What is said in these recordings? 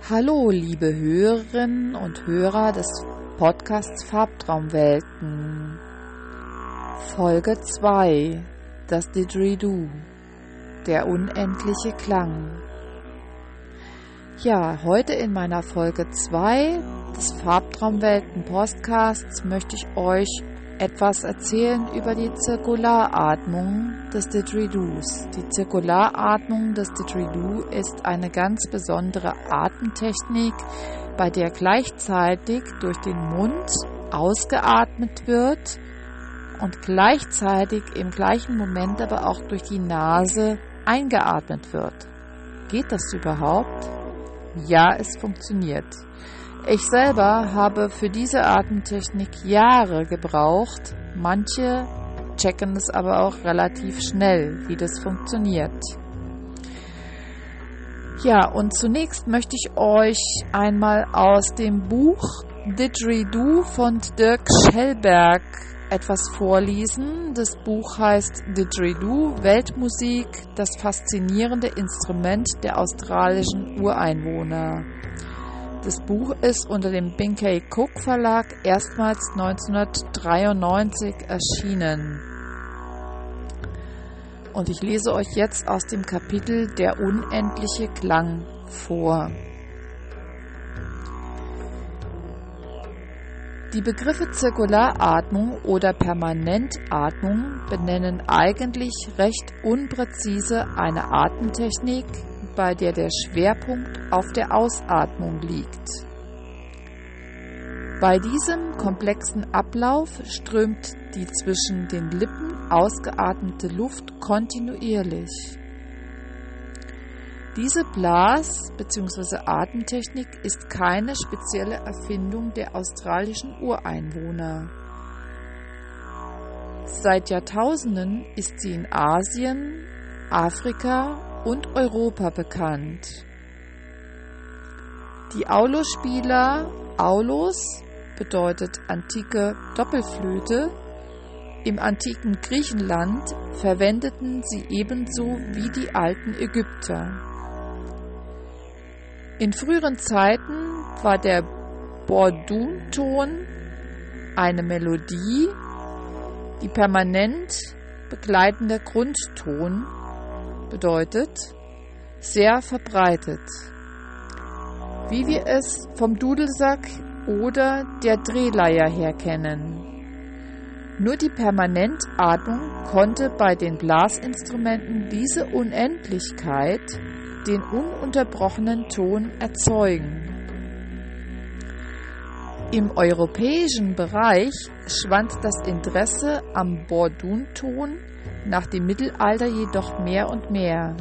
Hallo, liebe Hörerinnen und Hörer des Podcasts Farbtraumwelten. Folge 2, das Didgeridoo, der unendliche Klang. Ja, heute in meiner Folge 2 des Farbtraumwelten Podcasts möchte ich euch etwas erzählen über die Zirkularatmung des Didgeridoos. Die Zirkularatmung des Didgeridoo ist eine ganz besondere Atemtechnik, bei der gleichzeitig durch den Mund ausgeatmet wird und gleichzeitig im gleichen Moment aber auch durch die Nase eingeatmet wird. Geht das überhaupt? Ja, es funktioniert. Ich selber habe für diese Atemtechnik Jahre gebraucht. Manche checken es aber auch relativ schnell, wie das funktioniert. Ja, und zunächst möchte ich euch einmal aus dem Buch Didgeridoo von Dirk Schellberg etwas vorlesen. Das Buch heißt Didgeridoo, Weltmusik, das faszinierende Instrument der australischen Ureinwohner. Das Buch ist unter dem Bingkei Cook Verlag erstmals 1993 erschienen. Und ich lese euch jetzt aus dem Kapitel Der unendliche Klang vor. Die Begriffe Zirkularatmung oder Permanentatmung benennen eigentlich recht unpräzise eine Atemtechnik, bei der der Schwerpunkt auf der Ausatmung liegt. Bei diesem komplexen Ablauf strömt die zwischen den Lippen ausgeatmete Luft kontinuierlich. Diese Blas- bzw. Atemtechnik ist keine spezielle Erfindung der australischen Ureinwohner. Seit Jahrtausenden ist sie in Asien, Afrika und Europa bekannt. Die Aulos-Spieler, Aulos bedeutet antike Doppelflöte, im antiken Griechenland verwendeten sie ebenso wie die alten Ägypter. In früheren Zeiten war der Bordun-Ton eine Melodie, die permanent begleitende Grundton bedeutet sehr verbreitet, wie wir es vom Dudelsack oder der Drehleier her kennen. Nur die Permanentatmung konnte bei den Blasinstrumenten diese Unendlichkeit, den ununterbrochenen Ton erzeugen. Im europäischen Bereich schwand das Interesse am Bordun-Ton nach dem Mittelalter jedoch mehr und mehr.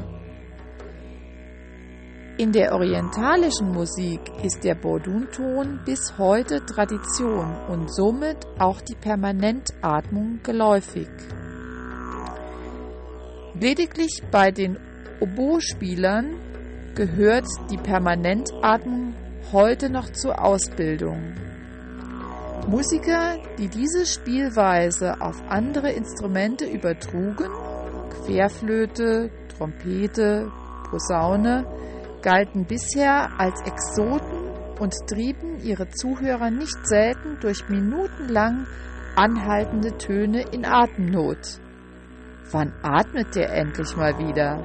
In der orientalischen Musik ist der Bordun-Ton bis heute Tradition und somit auch die Permanentatmung geläufig. Lediglich bei den Oboe-Spielern gehört die Permanentatmung heute noch zur Ausbildung. Musiker, die diese Spielweise auf andere Instrumente übertrugen, Querflöte, Trompete, Posaune, galten bisher als Exoten und trieben ihre Zuhörer nicht selten durch minutenlang anhaltende Töne in Atemnot. Wann atmet der endlich mal wieder?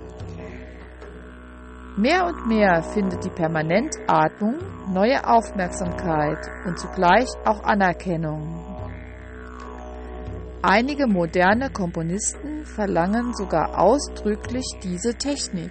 Mehr und mehr findet die Permanentatmung neue Aufmerksamkeit und zugleich auch Anerkennung. Einige moderne Komponisten verlangen sogar ausdrücklich diese Technik.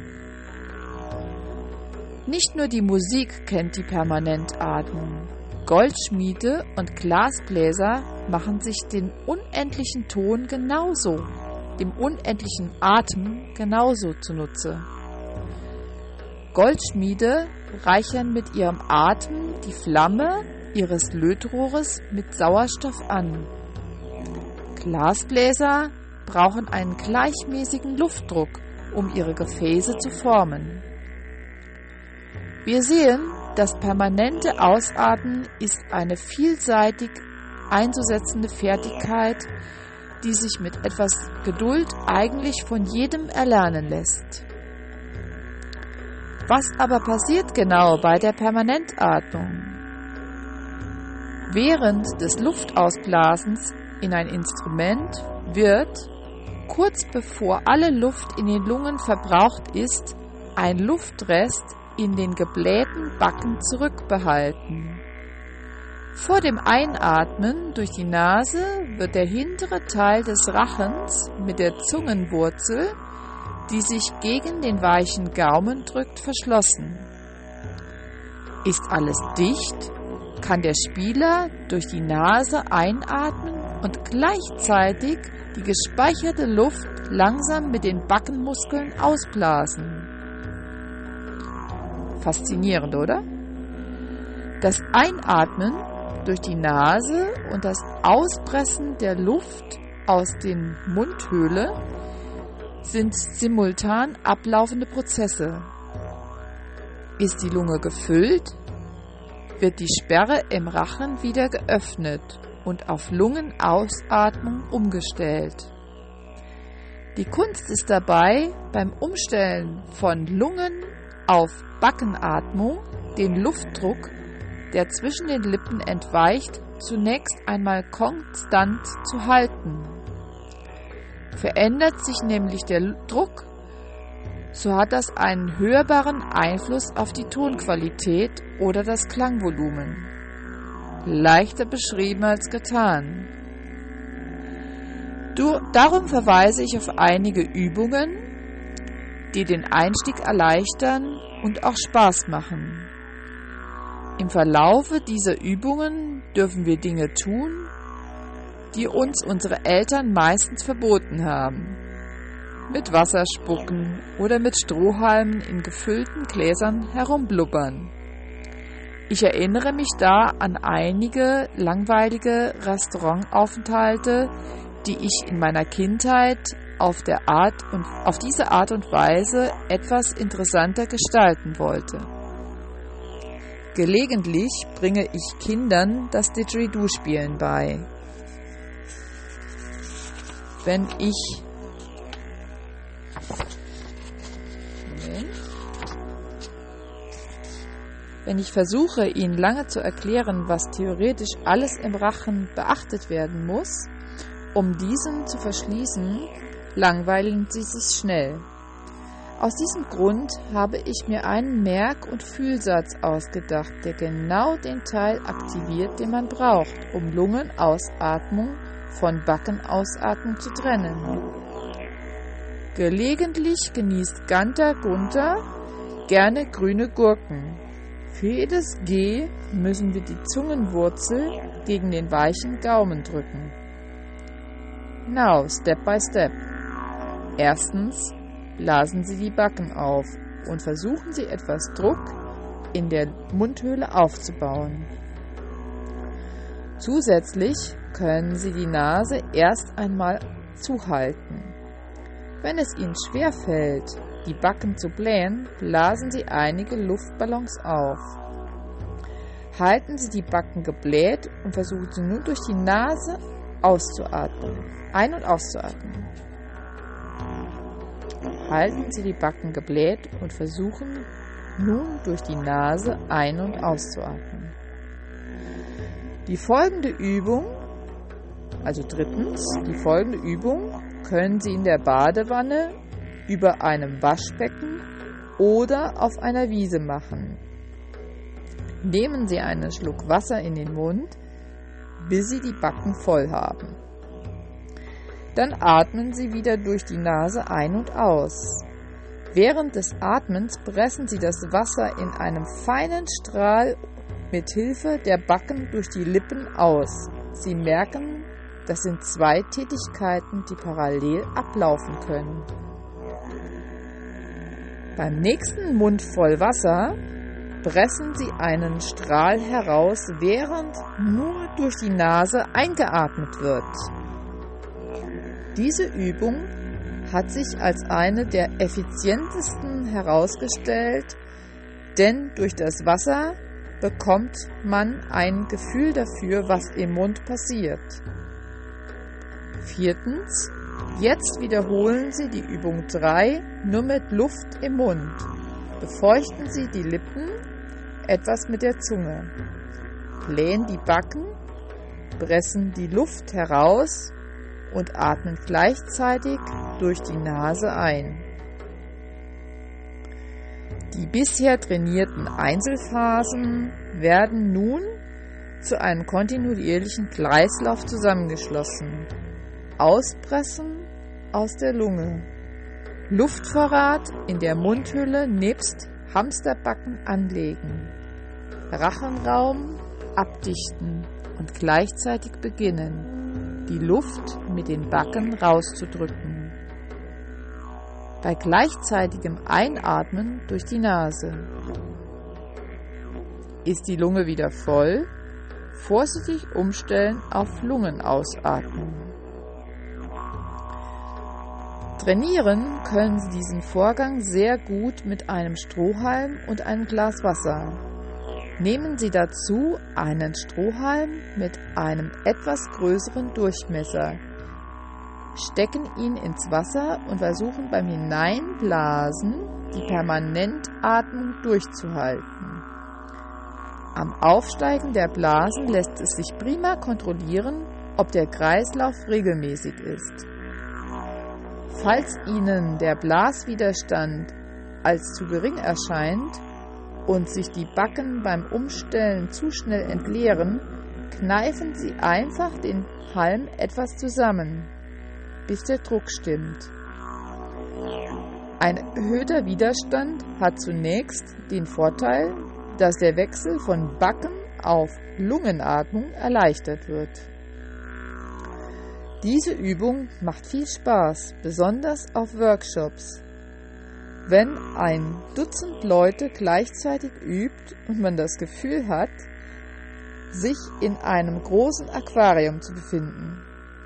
Nicht nur die Musik kennt die Permanentatmung. Goldschmiede und Glasbläser machen sich den unendlichen Ton genauso, dem unendlichen Atem genauso zunutze. Goldschmiede reichern mit ihrem Atem die Flamme ihres Lötrohres mit Sauerstoff an. Glasbläser brauchen einen gleichmäßigen Luftdruck, um ihre Gefäße zu formen. Wir sehen, das permanente Ausatmen ist eine vielseitig einzusetzende Fertigkeit, die sich mit etwas Geduld eigentlich von jedem erlernen lässt. Was aber passiert genau bei der Permanentatmung? Während des Luftausblasens in ein Instrument wird, kurz bevor alle Luft in den Lungen verbraucht ist, ein Luftrest in den geblähten Backen zurückbehalten. Vor dem Einatmen durch die Nase wird der hintere Teil des Rachens mit der Zungenwurzel, die sich gegen den weichen Gaumen drückt, verschlossen. Ist alles dicht, kann der Spieler durch die Nase einatmen und gleichzeitig die gespeicherte Luft langsam mit den Backenmuskeln ausblasen. Faszinierend, oder? Das Einatmen durch die Nase und das Auspressen der Luft aus der Mundhöhle sind simultan ablaufende Prozesse. Ist die Lunge gefüllt, wird die Sperre im Rachen wieder geöffnet und auf Lungenausatmung umgestellt. Die Kunst ist dabei, beim Umstellen von Lungen auf Backenatmung den Luftdruck, der zwischen den Lippen entweicht, zunächst einmal konstant zu halten. Verändert sich nämlich der Druck, so hat das einen hörbaren Einfluss auf die Tonqualität oder das Klangvolumen. Leichter beschrieben als getan. Darum verweise ich auf einige Übungen, die den Einstieg erleichtern und auch Spaß machen. Im Verlaufe dieser Übungen dürfen wir Dinge tun, die uns unsere Eltern meistens verboten haben. Mit Wasser spucken oder mit Strohhalmen in gefüllten Gläsern herumblubbern. Ich erinnere mich da an einige langweilige Restaurantaufenthalte, die ich in meiner Kindheit auf diese Art und Weise etwas interessanter gestalten wollte. Gelegentlich bringe ich Kindern das Didgeridoo-Spielen bei. Wenn ich versuche, ihnen lange zu erklären, was theoretisch alles im Rachen beachtet werden muss, um diesen zu verschließen, langweilen sie sich schnell. Aus diesem Grund habe ich mir einen Merk- und Fühlsatz ausgedacht, der genau den Teil aktiviert, den man braucht, um Lungenausatmung von Backenausatmung zu trennen. Gelegentlich genießt Ganter Gunther gerne grüne Gurken. Für jedes G müssen wir die Zungenwurzel gegen den weichen Gaumen drücken. Now, step by step. Erstens, blasen Sie die Backen auf und versuchen Sie etwas Druck in der Mundhöhle aufzubauen. Zusätzlich können Sie die Nase erst einmal zuhalten. Wenn es Ihnen schwerfällt, die Backen zu blähen, blasen Sie einige Luftballons auf. Halten Sie die Backen gebläht und versuchen Sie nun durch die Nase auszuatmen. Ein- und auszuatmen. Halten Sie die Backen gebläht und versuchen nun durch die Nase ein- und auszuatmen. Die folgende Übung, also drittens, die folgende Übung können Sie in der Badewanne, über einem Waschbecken oder auf einer Wiese machen. Nehmen Sie einen Schluck Wasser in den Mund, bis Sie die Backen voll haben. Dann atmen Sie wieder durch die Nase ein und aus. Während des Atmens pressen Sie das Wasser in einem feinen Strahl mit Hilfe der Backen durch die Lippen aus. Sie merken, das sind zwei Tätigkeiten, die parallel ablaufen können. Beim nächsten Mund voll Wasser pressen Sie einen Strahl heraus, während nur durch die Nase eingeatmet wird. Diese Übung hat sich als eine der effizientesten herausgestellt, denn durch das Wasser bekommt man ein Gefühl dafür, was im Mund passiert. Viertens, jetzt wiederholen Sie die Übung 3 nur mit Luft im Mund. Befeuchten Sie die Lippen etwas mit der Zunge. Blähen die Backen, pressen die Luft heraus und atmen gleichzeitig durch die Nase ein. Die bisher trainierten Einzelphasen werden nun zu einem kontinuierlichen Kreislauf zusammengeschlossen. Auspressen aus der Lunge. Luftvorrat in der Mundhülle nebst Hamsterbacken anlegen. Rachenraum abdichten und gleichzeitig beginnen, die Luft mit den Backen rauszudrücken. Bei gleichzeitigem Einatmen durch die Nase. Ist die Lunge wieder voll, vorsichtig umstellen auf Lungenausatmen. Trainieren können Sie diesen Vorgang sehr gut mit einem Strohhalm und einem Glas Wasser. Nehmen Sie dazu einen Strohhalm mit einem etwas größeren Durchmesser, stecken ihn ins Wasser und versuchen beim Hineinblasen die Permanentatmung durchzuhalten. Am Aufsteigen der Blasen lässt es sich prima kontrollieren, ob der Kreislauf regelmäßig ist. Falls Ihnen der Blaswiderstand als zu gering erscheint und sich die Backen beim Umstellen zu schnell entleeren, kneifen Sie einfach den Halm etwas zusammen, bis der Druck stimmt. Ein erhöhter Widerstand hat zunächst den Vorteil, dass der Wechsel von Backen auf Lungenatmung erleichtert wird. Diese Übung macht viel Spaß, besonders auf Workshops. Wenn ein Dutzend Leute gleichzeitig übt und man das Gefühl hat, sich in einem großen Aquarium zu befinden.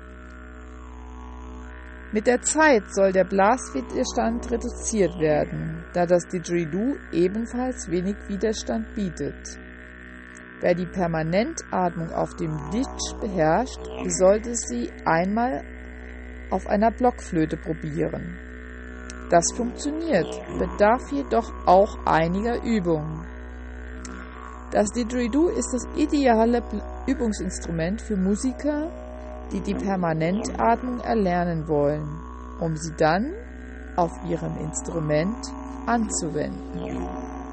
Mit der Zeit soll der Blaswiderstand reduziert werden, da das Didgeridoo ebenfalls wenig Widerstand bietet. Wer die Permanentatmung auf dem Ditch beherrscht, sollte sie einmal auf einer Blockflöte probieren. Das funktioniert, bedarf jedoch auch einiger Übung. Das Didgeridoo ist das ideale Übungsinstrument für Musiker, die die Permanentatmung erlernen wollen, um sie dann auf ihrem Instrument anzuwenden.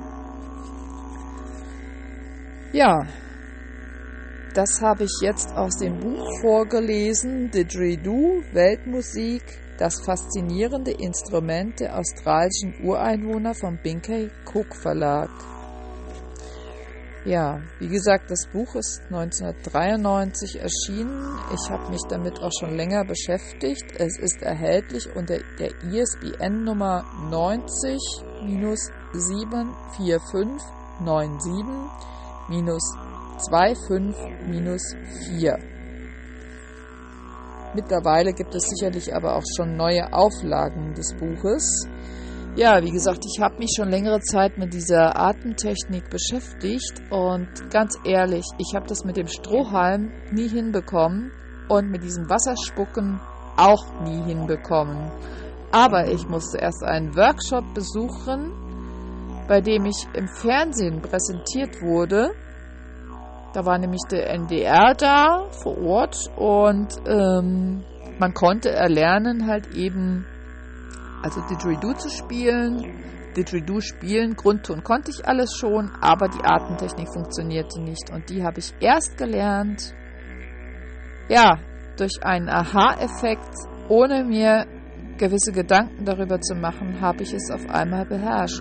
Ja, das habe ich jetzt aus dem Buch vorgelesen, Didgeridoo, Weltmusik, das faszinierende Instrument der australischen Ureinwohner vom Binky Cook Verlag. Ja, wie gesagt, das Buch ist 1993 erschienen. Ich habe mich damit auch schon länger beschäftigt. Es ist erhältlich unter der ISBN-Nummer 90-74797-25-4. Mittlerweile gibt es sicherlich aber auch schon neue Auflagen des Buches. Ja, wie gesagt, ich habe mich schon längere Zeit mit dieser Atemtechnik beschäftigt und ganz ehrlich, ich habe das mit dem Strohhalm nie hinbekommen und mit diesem Wasserspucken auch nie hinbekommen. Aber ich musste erst einen Workshop besuchen, bei dem ich im Fernsehen präsentiert wurde. Da war nämlich der NDR da vor Ort und man konnte erlernen, halt eben also Didgeridoo zu spielen. Didgeridoo spielen, Grundton konnte ich alles schon, aber die Atemtechnik funktionierte nicht. Und die habe ich erst gelernt, ja, durch einen Aha-Effekt, ohne mir gewisse Gedanken darüber zu machen, habe ich es auf einmal beherrscht.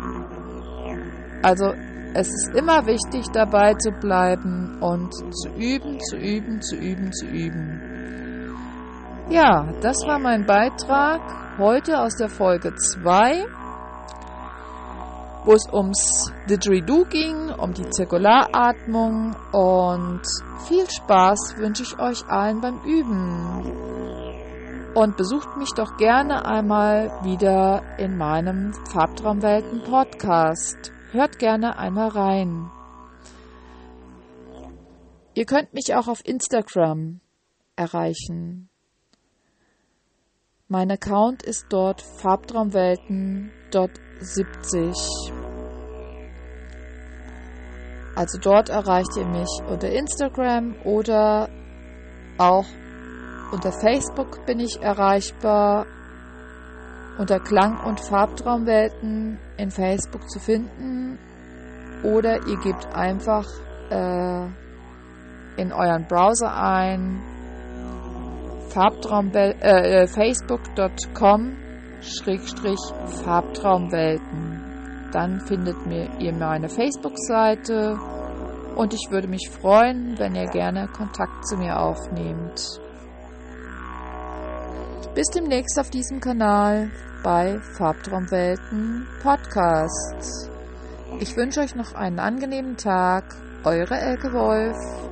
Also es ist immer wichtig, dabei zu bleiben und zu üben, zu üben, zu üben, zu üben. Ja, das war mein Beitrag heute aus der Folge 2, wo es ums Didgeridoo ging, um die Zirkularatmung und viel Spaß wünsche ich euch allen beim Üben. Und besucht mich doch gerne einmal wieder in meinem Farbtraumwelten-Podcast. Hört gerne einmal rein. Ihr könnt mich auch auf Instagram erreichen. Mein Account ist dort farbtraumwelten.de. Also dort erreicht ihr mich unter Instagram oder auch unter Facebook bin ich erreichbar, unter Klang- und Farbtraumwelten in Facebook zu finden, oder ihr gebt einfach in euren Browser ein facebook.com/Farbtraumwelten. Dann findet ihr meine Facebook-Seite und ich würde mich freuen, wenn ihr gerne Kontakt zu mir aufnehmt. Bis demnächst auf diesem Kanal bei Farbtraumwelten Podcast. Ich wünsche euch noch einen angenehmen Tag. Eure Elke Wolf.